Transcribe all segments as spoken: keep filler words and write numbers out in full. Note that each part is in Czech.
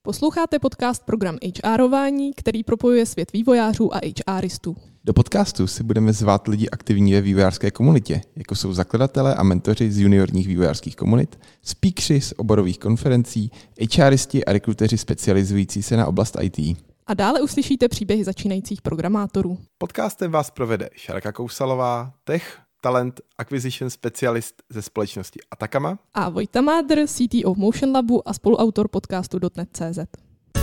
Posloucháte podcast Program HRování, který propojuje svět vývojářů a HRistů. Do podcastu si budeme zvát lidi aktivní ve vývojářské komunitě, jako jsou zakladatelé a mentoři z juniorních vývojářských komunit, speakeři z oborových konferencí, HRisti a rekruteři specializující se na oblast í té. A dále uslyšíte příběhy začínajících programátorů. Podcastem vás provede Šárka Kousalová, tech, talent, acquisition specialist ze společnosti Atacama A Vojta Mádr, C T O Motion Labu a spoluautor podcastu dot net tečka cé zet.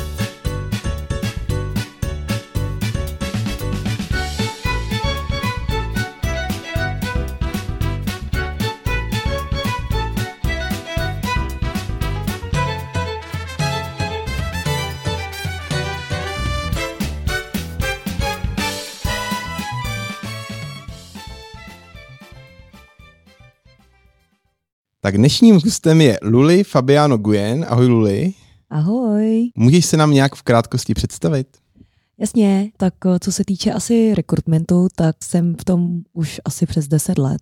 Tak dnešním hostem je Luli Fabiano Guyen. Ahoj Luli. Ahoj. Můžeš se nám nějak v krátkosti představit? Jasně, tak co se týče asi rekrutmentu, tak jsem v tom už asi přes deset let.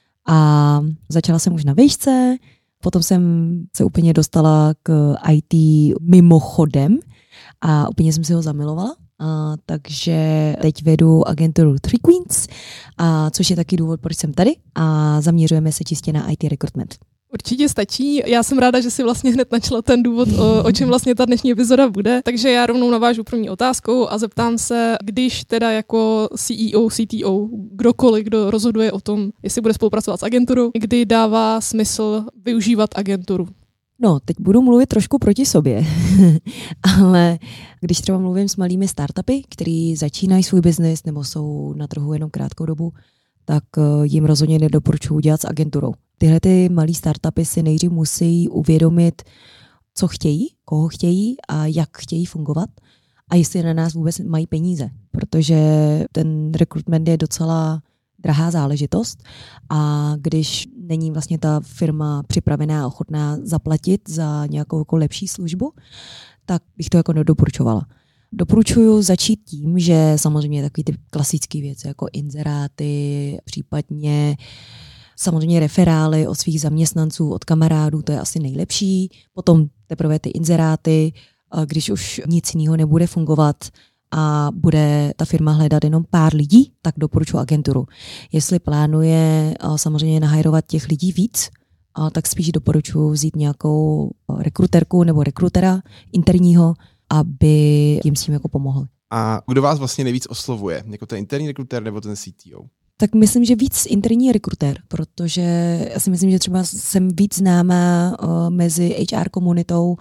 A začala jsem už na výšce, potom jsem se úplně dostala k í té mimochodem a úplně jsem si ho zamilovala. A, takže teď vedu agenturu Three Queens, a, což je taky důvod, proč jsem tady, a zaměřujeme se čistě na í té recruitment. Určitě stačí. Já jsem ráda, že si vlastně hned načala ten důvod, o, o čem vlastně ta dnešní epizoda bude. Takže já rovnou navážu první otázkou a zeptám se, když teda jako C E O, C T O, kdokoliv, kdo rozhoduje o tom, jestli bude spolupracovat s agenturou, kdy dává smysl využívat agenturu. No, teď budu mluvit trošku proti sobě, ale když třeba mluvím s malými startupy, který začínají svůj biznis nebo jsou na trhu jenom krátkou dobu, tak jim rozhodně nedoporučuji dělat s agenturou. Tyhle ty malý startupy si nejdřív musí uvědomit, co chtějí, koho chtějí a jak chtějí fungovat a jestli na nás vůbec mají peníze, protože ten recruitment je docela drahá záležitost a když není vlastně ta firma připravená a ochotná zaplatit za nějakou jako lepší službu, tak bych to jako nedoporučovala. Doporučuju začít tím, že samozřejmě takový ty klasické věci jako inzeráty, případně samozřejmě referály od svých zaměstnanců, od kamarádů, to je asi nejlepší. Potom teprve ty inzeráty, když už nic jiného nebude fungovat, a bude ta firma hledat jenom pár lidí, tak doporučuji agenturu. Jestli plánuje samozřejmě nahajrovat těch lidí víc, tak spíš doporučuji vzít nějakou rekruterku nebo rekrutera interního, aby jim s tím jako pomohl. A kdo vás vlastně nejvíc oslovuje? Jako ten interní rekruter nebo ten C T O? Tak myslím, že víc interní rekruter, protože já si myslím, že třeba jsem víc známá mezi H R komunitou,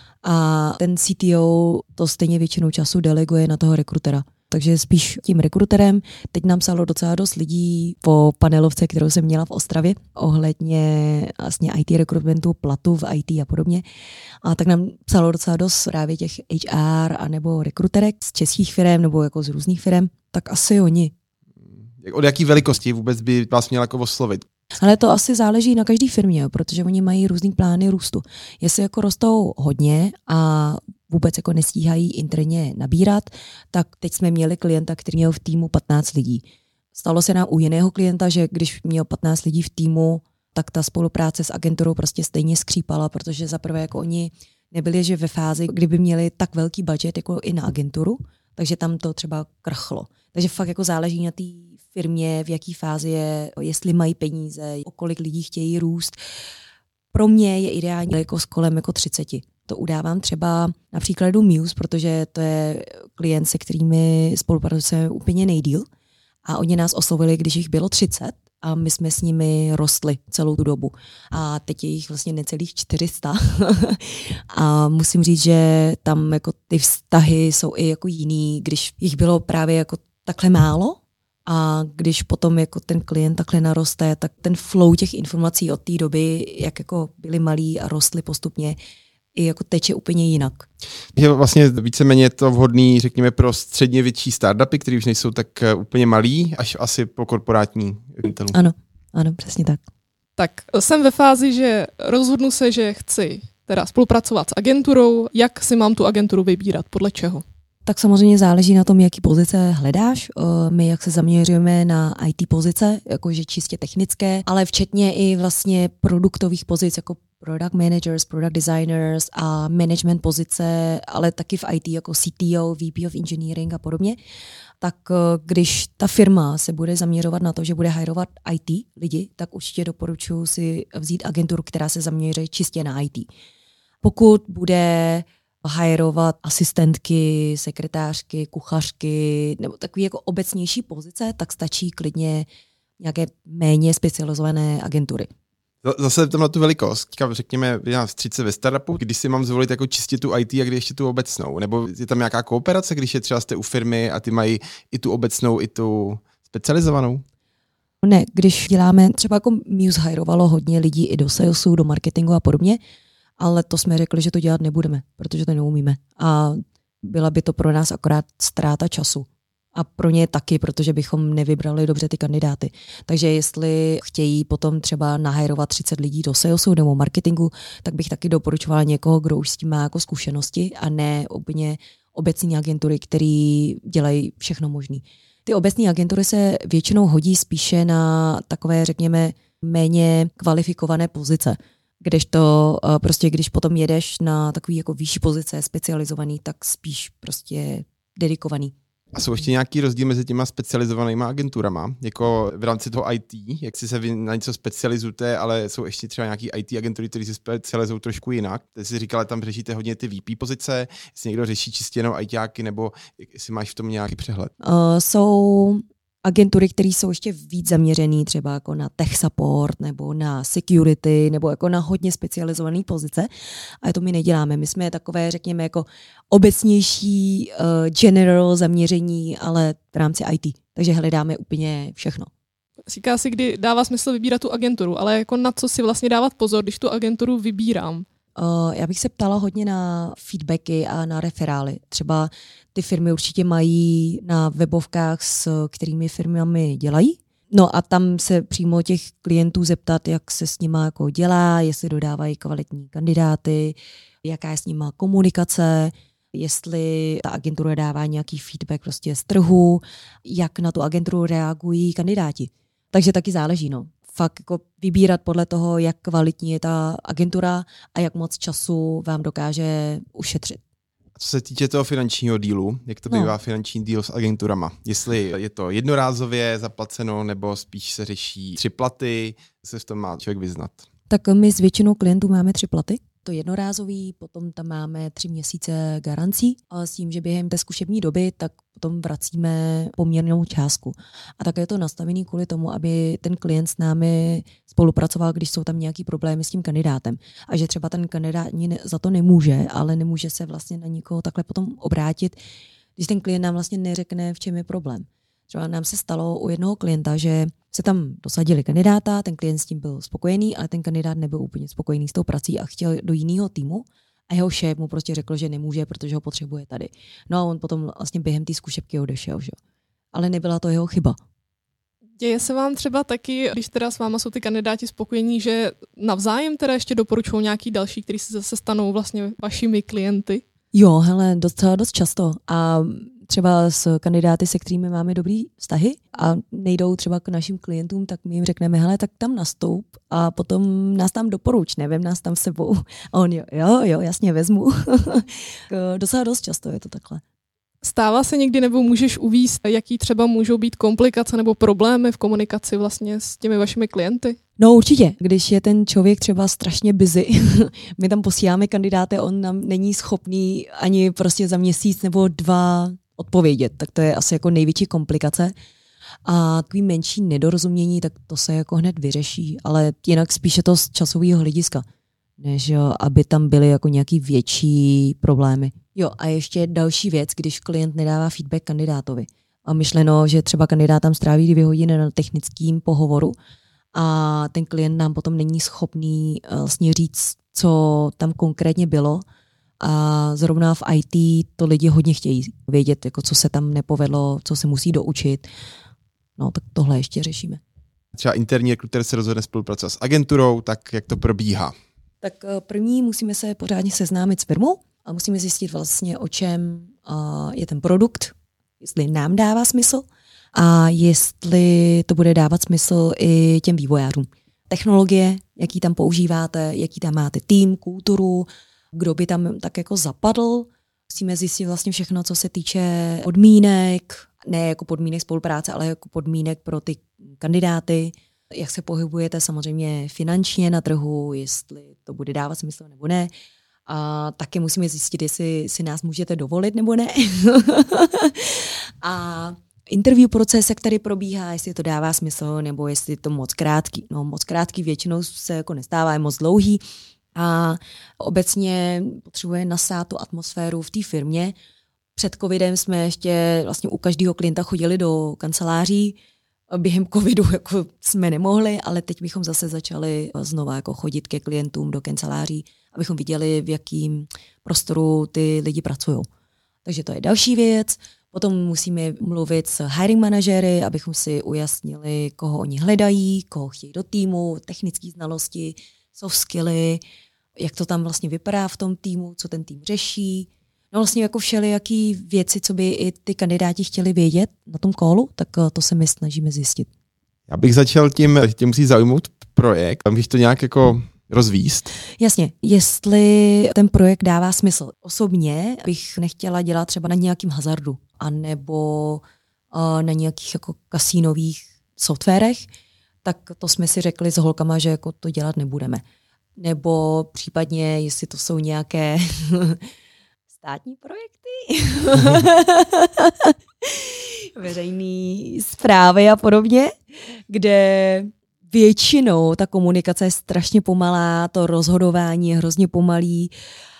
a ten C T O to stejně většinou času deleguje na toho rekrutera. Takže spíš tím rekruterem. Teď nám psalo docela dost lidí po panelovce, kterou jsem měla v Ostravě, ohledně vlastně í té recruitmentu, platu v í té a podobně. A tak nám psalo docela dost právě těch H R anebo rekruterek z českých firem nebo jako z různých firem. Tak asi oni. Od jaký velikosti vůbec by vás měl jako oslovit? Ale to asi záleží na každý firmě, protože oni mají různý plány růstu. Jestli jako rostou hodně a vůbec jako nestíhají interně nabírat, tak teď jsme měli klienta, který měl v týmu patnáct lidí. Stalo se nám u jiného klienta, že když měl patnáct lidí v týmu, tak ta spolupráce s agenturou prostě stejně skřípala, protože zaprvé jako oni nebyli že ve fázi, kdyby měli tak velký budget jako i na agenturu, takže tam to třeba krachlo. Takže fakt jako záleží na té firmě, v jaký fázi je, jestli mají peníze, o kolik lidí chtějí růst. Pro mě je ideální jako s kolem jako třiceti. To udávám třeba na příkladu Muse, protože to je klient, se kterými spolupracujeme úplně nejdýl. A oni nás oslovili, když jich bylo třicet a my jsme s nimi rostli celou tu dobu. A teď je jich vlastně necelých čtyři sta. A musím říct, že tam jako ty vztahy jsou i jako jiný, když jich bylo právě jako takhle málo. A když potom jako ten klient takhle naroste, tak ten flow těch informací od té doby, jak jako byli malí a rostli postupně, i jako teče úplně jinak. Je vlastně víceméně to vhodný, řekněme, pro středně větší startupy, které už nejsou tak úplně malí, až asi po korporátní Intelu. Ano, ano, přesně tak. Tak jsem ve fázi, že rozhodnu se, že chci teda spolupracovat s agenturou. Jak si mám tu agenturu vybírat? Podle čeho? Tak samozřejmě záleží na tom, jaký pozice hledáš. My jak se zaměřujeme na í té pozice, jakože čistě technické, ale včetně i vlastně produktových pozic, jako product managers, product designers a management pozice, ale taky v í té jako C T O, V P of engineering a podobně. Tak když ta firma se bude zaměřovat na to, že bude hajrovat í té lidi, tak určitě doporučuji si vzít agenturu, která se zaměří čistě na í té. Pokud bude hajrovat asistentky, sekretářky, kuchařky nebo takové jako obecnější pozice, tak stačí klidně nějaké méně specializované agentury. Zase tam na tu velikost. Řekněme, já v třicet ve startupu, když si mám zvolit jako čistě tu í té a kdy ještě tu obecnou. Nebo je tam nějaká kooperace, když je třeba jste u firmy a ty mají i tu obecnou, i tu specializovanou? Ne, když děláme, třeba jako Muse hajrovalo hodně lidí i do salesu, do marketingu a podobně, ale to jsme řekli, že to dělat nebudeme, protože to neumíme. A byla by to pro nás akorát ztráta času. A pro ně taky, protože bychom nevybrali dobře ty kandidáty. Takže jestli chtějí potom třeba nahajrovat třicet lidí do salesu nebo marketingu, tak bych taky doporučovala někoho, kdo už s tím má jako zkušenosti a ne úplně obecní agentury, které dělají všechno možné. Ty obecní agentury se většinou hodí spíše na takové, řekněme, méně kvalifikované pozice. Kdežto prostě, když potom jedeš na takový jako vyšší pozice, specializovaný, tak spíš prostě dedikovaný. A jsou ještě nějaký rozdíl mezi těma specializovanýma agenturama? Jako v rámci toho í té, jak si se vy na něco specializujete, ale jsou ještě třeba nějaký í té agentury, které se specializují trošku jinak. Ty jsi říkala, tam řešíte hodně ty V P pozice, jestli někdo řeší čistě jenom ajťáky, nebo jestli máš v tom nějaký přehled? Uh, jsou agentury, které jsou ještě víc zaměřený třeba jako na tech support nebo na security nebo jako na hodně specializované pozice. A to my neděláme. My jsme takové, řekněme, jako obecnější uh, general zaměření, ale v rámci í té. Takže hledáme úplně všechno. Říká si, kdy dává smysl vybírat tu agenturu, ale jako na co si vlastně dávat pozor, když tu agenturu vybírám? Uh, já bych se ptala hodně na feedbacky a na referály. Třeba ty firmy určitě mají na webovkách, s kterými firmami dělají. No a tam se přímo těch klientů zeptat, jak se s nima jako dělá, jestli dodávají kvalitní kandidáty, jaká je s nima komunikace, jestli ta agentura dává nějaký feedback prostě z trhu, jak na tu agenturu reagují kandidáti. Takže taky záleží, no. Fakt jako vybírat podle toho, jak kvalitní je ta agentura a jak moc času vám dokáže ušetřit. Co se týče toho finančního dílu, jak to bývá no. finanční díl s agenturama? Jestli je to jednorázově zaplaceno, nebo spíš se řeší tři platy, se v tom má člověk vyznat? Tak my s většinou klientů máme tři platy. To jednorázový, potom tam máme tři měsíce garancí a s tím, že během té zkušební doby tak potom vracíme poměrnou částku. A také je to nastavený kvůli tomu, aby ten klient s námi spolupracoval, když jsou tam nějaký problémy s tím kandidátem. A že třeba ten kandidát za to nemůže, ale nemůže se vlastně na nikoho takhle potom obrátit, když ten klient nám vlastně neřekne, v čem je problém. Třeba nám se stalo u jednoho klienta, že se tam dosadili kandidáta, ten klient s tím byl spokojený, ale ten kandidát nebyl úplně spokojený s tou prací a chtěl do jiného týmu a jeho šéf mu prostě řekl, že nemůže, protože ho potřebuje tady. No a on potom vlastně během té zkušebky odešel, že? Ale nebyla to jeho chyba. Děje se vám třeba taky, když teda s váma jsou ty kandidáti spokojení, že navzájem teda ještě doporučují nějaký další, kteří se zase stanou vlastně vašimi klienty? Jo, hele, docela dost často. A třeba s kandidáty, se kterými máme dobrý vztahy a nejdou třeba k našim klientům, tak my jim řekneme, hele, tak tam nastoup a potom nás tam doporuč, nevím, nás tam s sebou. A on jo, jo, jo, jasně, vezmu. Docela dost často je to takhle. Stává se někdy, nebo můžeš uvést, jaký třeba můžou být komplikace nebo problémy v komunikaci vlastně s těmi vašimi klienty? No určitě, když je ten člověk třeba strašně busy, my tam posíláme kandidáty, on nám není schopný ani prostě za měsíc nebo dva odpovědět, tak to je asi jako největší komplikace. A takový menší nedorozumění, tak to se jako hned vyřeší, ale jinak spíše to z časového hlediska, než aby tam byly jako nějaký větší problémy. Jo, a ještě další věc, když klient nedává feedback kandidátovi. A myšleno, že třeba kandidát tam stráví dvě hodiny na technickém pohovoru a ten klient nám potom není schopný vlastně říct, co tam konkrétně bylo. A zrovna v í té to lidi hodně chtějí vědět, jako co se tam nepovedlo, co se musí doučit. No, tak tohle ještě řešíme. Třeba interní rekruter se rozhodne spolupracovat s agenturou, tak jak to probíhá? Tak první musíme se pořádně seznámit s firmou, a musíme zjistit vlastně, o čem uh, je ten produkt, jestli nám dává smysl a jestli to bude dávat smysl i těm vývojářům. Technologie, jaký tam používáte, jaký tam máte tým, kulturu, kdo by tam tak jako zapadl. Musíme zjistit vlastně všechno, co se týče podmínek, ne jako podmínek spolupráce, ale jako podmínek pro ty kandidáty, jak se pohybujete samozřejmě finančně na trhu, jestli to bude dávat smysl nebo ne. A taky musíme zjistit, jestli si nás můžete dovolit nebo ne. A interview proces, jak tady probíhá, jestli to dává smysl, nebo jestli to moc krátký. No moc krátký většinou se jako nestává, je moc dlouhý. A obecně potřebuje nasát tu atmosféru v té firmě. Před covidem jsme ještě vlastně u každého klienta chodili do kanceláří. Během covidu jako jsme nemohli, ale teď bychom zase začali znova jako chodit ke klientům do kanceláří, abychom viděli, v jakém prostoru ty lidi pracují. Takže to je další věc. Potom musíme mluvit s hiring manažery, abychom si ujasnili, koho oni hledají, koho chtějí do týmu, technické znalosti, soft skilly, jak to tam vlastně vypadá v tom týmu, co ten tým řeší. No vlastně jako všelijaký věci, co by i ty kandidáti chtěli vědět na tom callu, tak to se my snažíme zjistit. Já bych začal tím, že tě musí zaujmout projekt, a můžeš to nějak jako rozvíst. Jasně, jestli ten projekt dává smysl. Osobně bych nechtěla dělat třeba na nějakým hazardu, anebo uh, na nějakých jako kasínových softwarech, tak to jsme si řekli s holkama, že jako to dělat nebudeme. Nebo případně, jestli to jsou nějaké státní projekty, veřejné správy a podobně, kde většinou ta komunikace je strašně pomalá, to rozhodování je hrozně pomalý,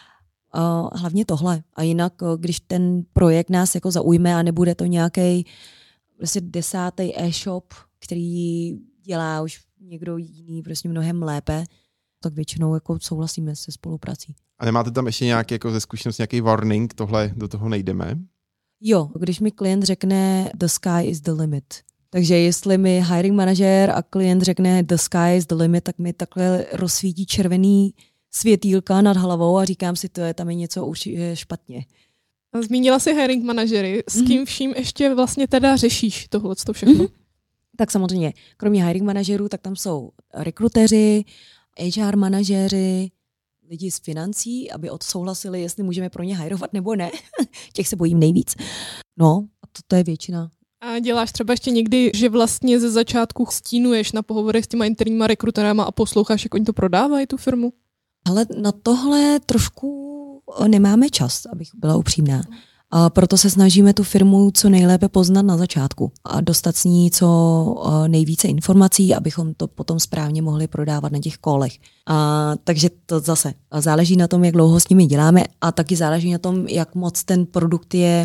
uh, hlavně tohle. A jinak, když ten projekt nás jako zaujme a nebude to nějaký prostě desátý e-shop, který dělá už někdo jiný prostě mnohem lépe, tak většinou jako souhlasíme se spoluprací. A nemáte tam ještě nějaký jako ze zkušenosti nějaký warning, tohle do toho nejdeme? Jo, když mi klient řekne the sky is the limit. Takže jestli mi hiring manažer a klient řekne the sky is the limit, tak mi takhle rozsvítí červený světýlka nad hlavou a říkám si, to je tam je něco už je špatně. Zmínila jsi hiring manažery. S kým vším ještě vlastně teda řešíš tohleto všechno? Mm-hmm. Tak samozřejmě, kromě hiring manažerů, tak tam jsou rekruteři, H R manažeři, lidi z financí, aby odsouhlasili, jestli můžeme pro ně hajrovat nebo ne. Těch se bojím nejvíc. No, a to, to je většina. A děláš třeba ještě někdy, že vlastně ze začátku stínuješ na pohovorech s těma interníma rekruterama a posloucháš, jak oni to prodávají, tu firmu? Ale na tohle trošku nemáme čas, abych byla upřímná. A proto se snažíme tu firmu co nejlépe poznat na začátku a dostat s ní co nejvíce informací, abychom to potom správně mohli prodávat na těch kolech. A, takže to zase záleží na tom, jak dlouho s nimi děláme a taky záleží na tom, jak moc ten produkt je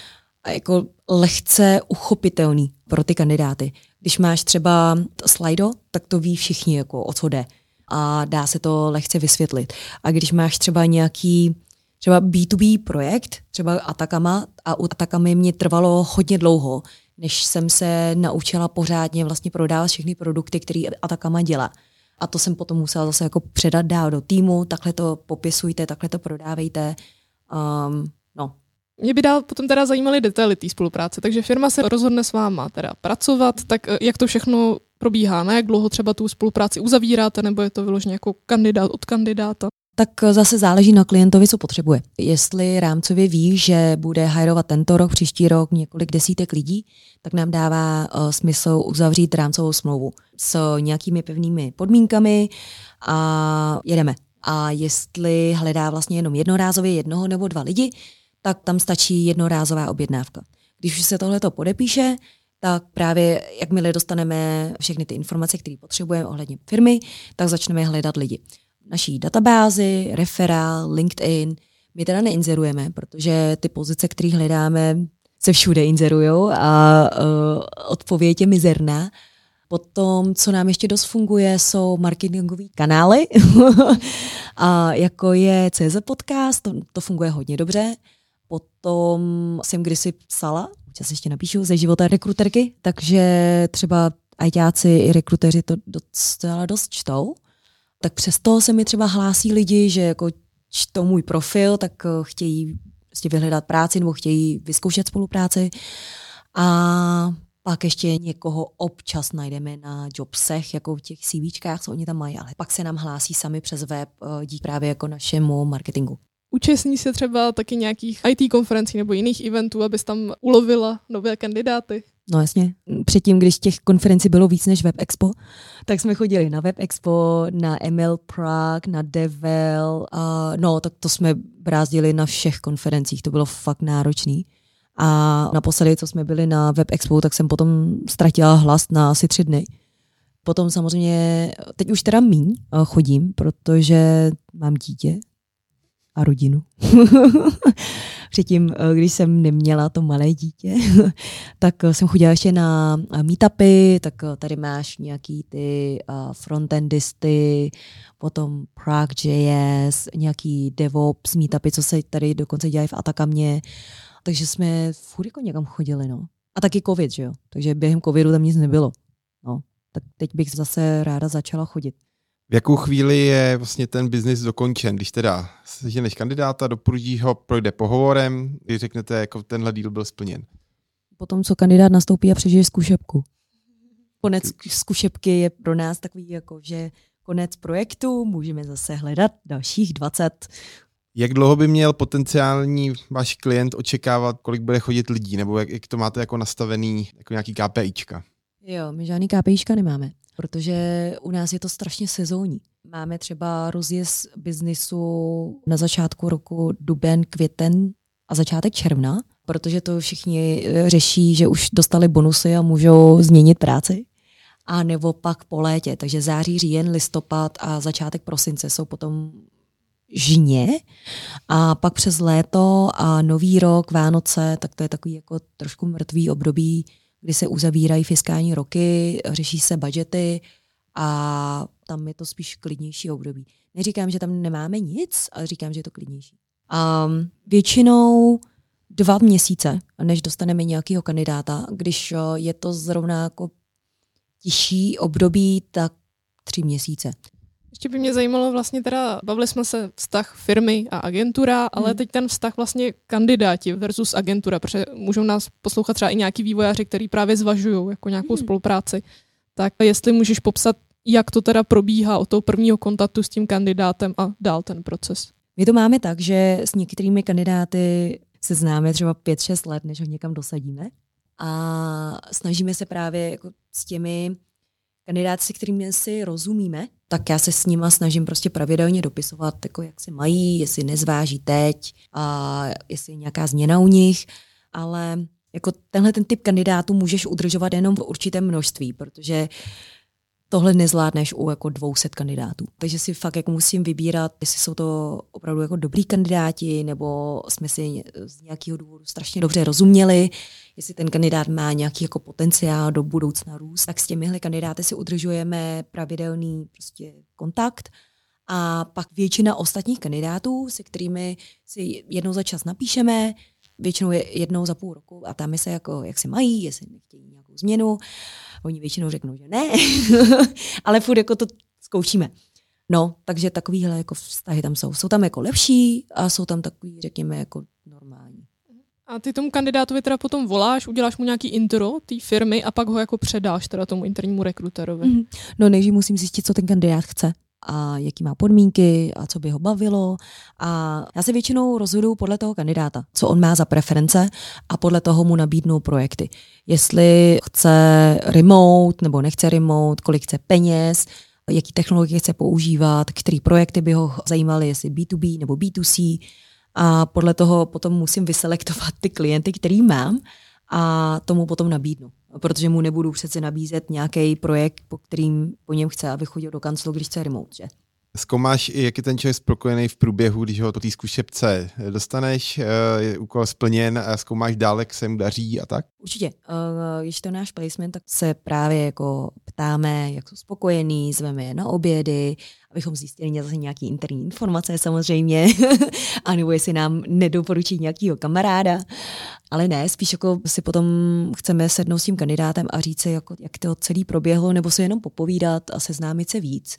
jako lehce uchopitelný pro ty kandidáty. Když máš třeba Slido, tak to ví všichni, jako o co jde. A dá se to lehce vysvětlit. A když máš třeba nějaký třeba bé dvě bé projekt, třeba Atacama, a u Atacamy mě trvalo hodně dlouho, než jsem se naučila pořádně vlastně prodávat všechny produkty, které Atacama dělá. A to jsem potom musela zase jako předat dál do týmu, takhle to popisujte, takhle to prodávejte. Um, no. Mě by dál potom teda zajímaly detaily té spolupráce, takže firma se rozhodne s váma teda pracovat, tak jak to všechno probíhá, na jak dlouho třeba tu spolupráci uzavíráte, nebo je to vyloženě jako kandidát od kandidáta? Tak zase záleží na klientovi, co potřebuje. Jestli rámcově ví, že bude hajrovat tento rok, příští rok několik desítek lidí, tak nám dává uh, smysl uzavřít rámcovou smlouvu s nějakými pevnými podmínkami a jedeme. A jestli hledá vlastně jenom jednorázově jednoho nebo dva lidi, tak tam stačí jednorázová objednávka. Když už se tohleto podepíše, tak právě jakmile dostaneme všechny ty informace, které potřebujeme ohledně firmy, tak začneme hledat lidi. Naší databázi, referál, LinkedIn, my teda neinzerujeme, protože ty pozice, které hledáme, se všude inzerujou a uh, odpověď je mizerná. Potom, co nám ještě dost funguje, jsou marketingové kanály, a jako je C Z Podcast, to, to funguje hodně dobře. Potom jsem kdysi psala, čas ještě napíšu, ze života rekruterky, takže třeba ajťáci i rekruteři to docela dost čtou. Tak přesto se mi třeba hlásí lidi, že jako čtou můj profil, tak chtějí prostě vyhledat práci nebo chtějí vyzkoušet spolupráci. A pak ještě někoho občas najdeme na jobsech, jako v těch CVčkách, co oni tam mají, ale pak se nám hlásí sami přes web díky právě jako našemu marketingu. Účastní se třeba taky nějakých í té konferencí nebo jiných eventů, abys tam ulovila nové kandidáty? No jasně. Předtím, když těch konferencí bylo víc než Web Expo, tak jsme chodili na Web Expo, na M L Prague, na Devel. A no, tak to jsme brázdili na všech konferencích. To bylo fakt náročný. A naposledy, co jsme byli na Web Expo, tak jsem potom ztratila hlas na asi tři dny. Potom samozřejmě, teď už teda míň chodím, protože mám dítě a rodinu. Předtím, když jsem neměla to malé dítě, tak jsem chodila ještě na meetupy, tak tady máš nějaký ty frontendisty, potom Prague.js, nějaký DevOps meetupy, co se tady dokonce dělají v Atakamě. Takže jsme furt jako někam chodili, no. A taky covid, že jo? Takže během covidu tam nic nebylo. No. Tak teď bych zase ráda začala chodit. V jakou chvíli je vlastně ten biznis dokončen? Když teda seženeš kandidáta, doporučíš ho, projde pohovorem, když řeknete, jako tenhle deal byl splněn. Potom, co kandidát nastoupí a přežije zkušebku. Konec zkušebky je pro nás takový, jako, že konec projektu, můžeme zase hledat dalších dvacet. Jak dlouho by měl potenciální váš klient očekávat, kolik bude chodit lidí, nebo jak, jak to máte jako nastavený, jako nějaký KPIčka? Jo, my žádný KPIčka nemáme, protože u nás je to strašně sezónní. Máme třeba rozjezd biznisu na začátku roku duben, květen a začátek června, protože to všichni řeší, že už dostali bonusy a můžou změnit práci. A nebo pak po létě, takže září, říjen, listopad a začátek prosince jsou potom žně a pak přes léto a nový rok, Vánoce, tak to je takový jako trošku mrtvý období, kdy se uzavírají fiskální roky, řeší se budžety a tam je to spíš klidnější období. Neříkám, že tam nemáme nic, ale říkám, že je to klidnější. A většinou dva měsíce, než dostaneme nějakého kandidáta, když je to zrovna jako tižší období, tak tři měsíce. Ještě by mě zajímalo vlastně teda, bavili jsme se vztah firmy a agentura, ale hmm. teď ten vztah vlastně kandidáti versus agentura, protože můžou nás poslouchat třeba i nějaký vývojáři, který právě zvažují jako nějakou hmm. spolupráci. Tak jestli můžeš popsat, jak to teda probíhá od toho prvního kontaktu s tím kandidátem a dál ten proces. My to máme tak, že s některými kandidáty se známe třeba pět šest let, než ho někam dosadíme a snažíme se právě jako s těmi kandidáty, s kterými si rozumíme, tak já se s nima snažím prostě pravidelně dopisovat, jako jak se mají, jestli nezváží teď a jestli je nějaká změna u nich, ale jako tenhle ten typ kandidátů můžeš udržovat jenom v určitém množství, protože tohle nezvládneš u jako dvou set kandidátů. Takže si fakt jako musím vybírat, jestli jsou to opravdu jako dobrý kandidáti, nebo jsme si z nějakého důvodu strašně dobře rozuměli, jestli ten kandidát má nějaký jako potenciál do budoucna růst, tak s těmihle kandidáty si udržujeme pravidelný prostě kontakt a pak většina ostatních kandidátů, se kterými si jednou za čas napíšeme, většinou je jednou za půl roku a tam se jako, jak se mají, jestli nechtějí nějakou změnu. Oni většinou řeknou, že ne, ale furt jako to zkoušíme. No, takže takovýhle jako vztahy tam jsou. Jsou tam jako lepší a jsou tam takový, řekněme, jako normální. A ty tomu kandidátovi teda potom voláš, uděláš mu nějaký intro té firmy a pak ho jako předáš teda tomu internímu rekruterovi. Mm. No nejdřív musím zjistit, co ten kandidát chce a jaký má podmínky a co by ho bavilo. A já se většinou rozhoduju podle toho kandidáta, co on má za preference a podle toho mu nabídnou projekty. Jestli chce remote nebo nechce remote, kolik chce peněz, jaký technologie chce používat, který projekty by ho zajímaly, jestli B to B nebo B to C. A podle toho potom musím vyselektovat ty klienty, který mám a tomu potom nabídnu. Protože mu nebudu přece nabízet nějaký projekt, po kterým po něm chce, aby chodil do kanclu, když chce remote, že? Zkoumáš, jak je ten člověk spokojený v průběhu, když ho po té zkušebce dostaneš, je úkol splněn a zkoumáš dál, jak se mu daří a tak? Určitě. Když to náš placement, tak se právě jako ptáme, jak jsou spokojení, zveme je na obědy, abychom zjistili zase nějaký interní informace samozřejmě, anebo jestli nám nedoporučí nějakýho kamaráda. Ale ne, spíš jako si potom chceme sednout s tím kandidátem a říct si, jako, jak to celý proběhlo, nebo se jenom popovídat a seznámit se víc.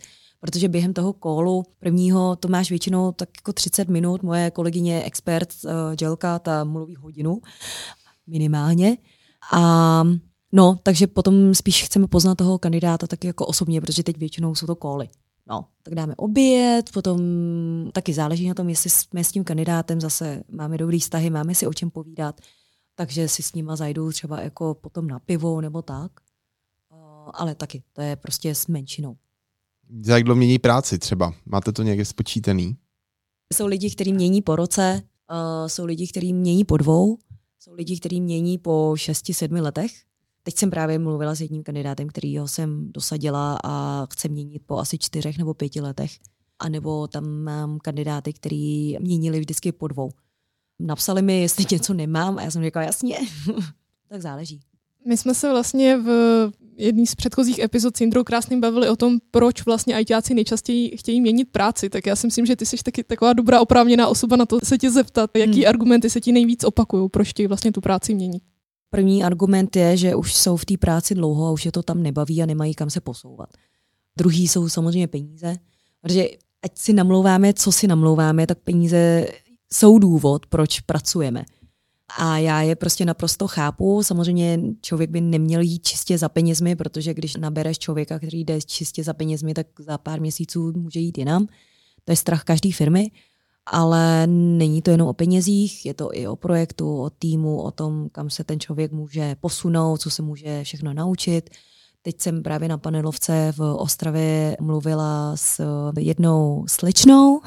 protože během toho callu prvního to máš většinou tak jako třicet minut, moje kolegyně expert uh, Jelka, ta mluví hodinu minimálně. A no, takže potom spíš chceme poznat toho kandidáta taky jako osobně, protože teď většinou jsou to cally. No, tak dáme oběd, potom taky záleží na tom, jestli jsme s tím kandidátem zase máme dobrý vztahy, máme si o čem povídat, takže si s nima zajdu třeba jako potom na pivo nebo tak. Ale taky, to je prostě s menšinou. Jak dlouho mění práci třeba? Máte to někde spočítaný? Jsou lidi, kteří mění po roce, uh, jsou lidi, kteří mění po dvou, jsou lidi, kteří mění po šesti, sedmi letech. Teď jsem právě mluvila s jedním kandidátem, kterýho jsem dosadila a chce měnit po asi čtyřech nebo pěti letech. A nebo tam mám kandidáty, který měnili vždycky po dvou. Napsali mi, jestli něco nemám a já jsem řekla jasně. Tak záleží. My jsme se vlastně v jedné z předchozích epizod s Jindrou Krásným bavili o tom, proč vlastně ajťáci nejčastěji chtějí měnit práci. Tak já si myslím, že ty jsi taky taková dobrá oprávněná osoba na to se tě zeptat, jaký hmm. argumenty se ti nejvíc opakují, proč chtějí vlastně tu práci měnit. První argument je, že už jsou v té práci dlouho a už je to tam nebaví a nemají kam se posouvat. Druhý jsou samozřejmě peníze, protože ať si namlouváme, co si namlouváme, tak peníze jsou důvod, proč pracujeme. A já je prostě naprosto chápu. Samozřejmě člověk by neměl jít čistě za penězmi, protože když nabereš člověka, který jde čistě za penězmi, tak za pár měsíců může jít jinam. To je strach každé firmy, ale není to jenom o penězích, je to i o projektu, o týmu, o tom, kam se ten člověk může posunout, co se může všechno naučit. Teď jsem právě na panelovce v Ostravě mluvila s jednou slečnou,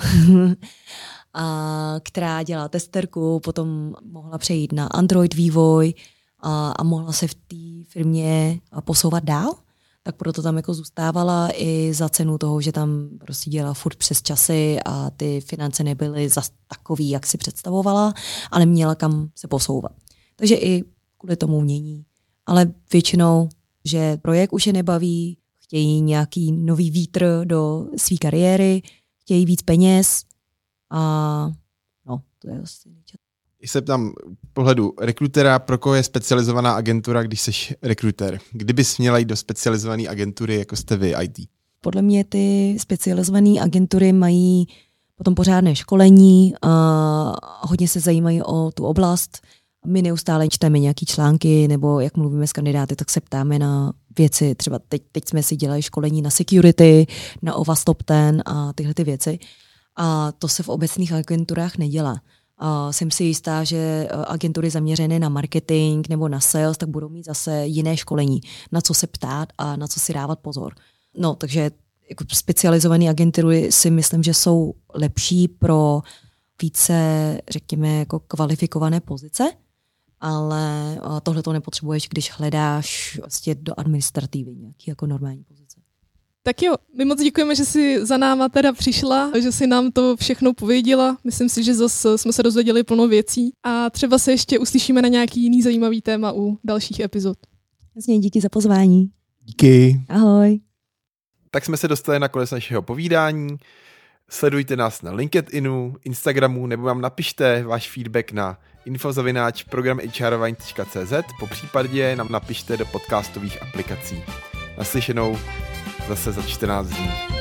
a která dělá testerku, potom mohla přejít na Android vývoj a, a mohla se v té firmě posouvat dál, tak proto tam jako zůstávala i za cenu toho, že tam prostě dělala furt přes časy a ty finance nebyly zas takový, jak si představovala, ale měla kam se posouvat. Takže i kvůli tomu mění. Ale většinou, že projekt už je nebaví, chtějí nějaký nový vítr do své kariéry, chtějí víc peněz, a no, to je asi nejčastější. Když se ptám pohledu rekrutera, pro koho je specializovaná agentura, když jsi rekruter? Kdybys měla jít do specializované agentury, jako jste vy, í té? Podle mě ty specializované agentury mají potom pořádné školení, a hodně se zajímají o tu oblast. My neustále čteme nějaký články, nebo jak mluvíme s kandidáty, tak se ptáme na věci. Třeba teď, teď jsme si dělali školení na security, na O W A S Top deset a tyhle ty věci. A to se v obecných agenturách nedělá. A jsem si jistá, že agentury zaměřené na marketing nebo na sales, tak budou mít zase jiné školení, na co se ptát a na co si dávat pozor. No, takže jako specializované agentury si myslím, že jsou lepší pro více, řekněme, jako kvalifikované pozice, ale tohle to nepotřebuješ, když hledáš vlastně do administrativy nějaký jako normální pozice. Tak jo, my moc děkujeme, že jsi za náma teda přišla, že jsi nám to všechno pověděla. Myslím si, že zase jsme se dozvěděli plno věcí a třeba se ještě uslyšíme na nějaký jiný zajímavý téma u dalších epizod. Jasně, díky za pozvání. Díky. Ahoj. Tak jsme se dostali na konec našeho povídání. Sledujte nás na LinkedInu, Instagramu nebo vám napište váš feedback na info zavináč program H R wine tečka cé zet, popřípadě nám napište do podcastových aplikací. Naslyšenou zase za čtrnáct dní.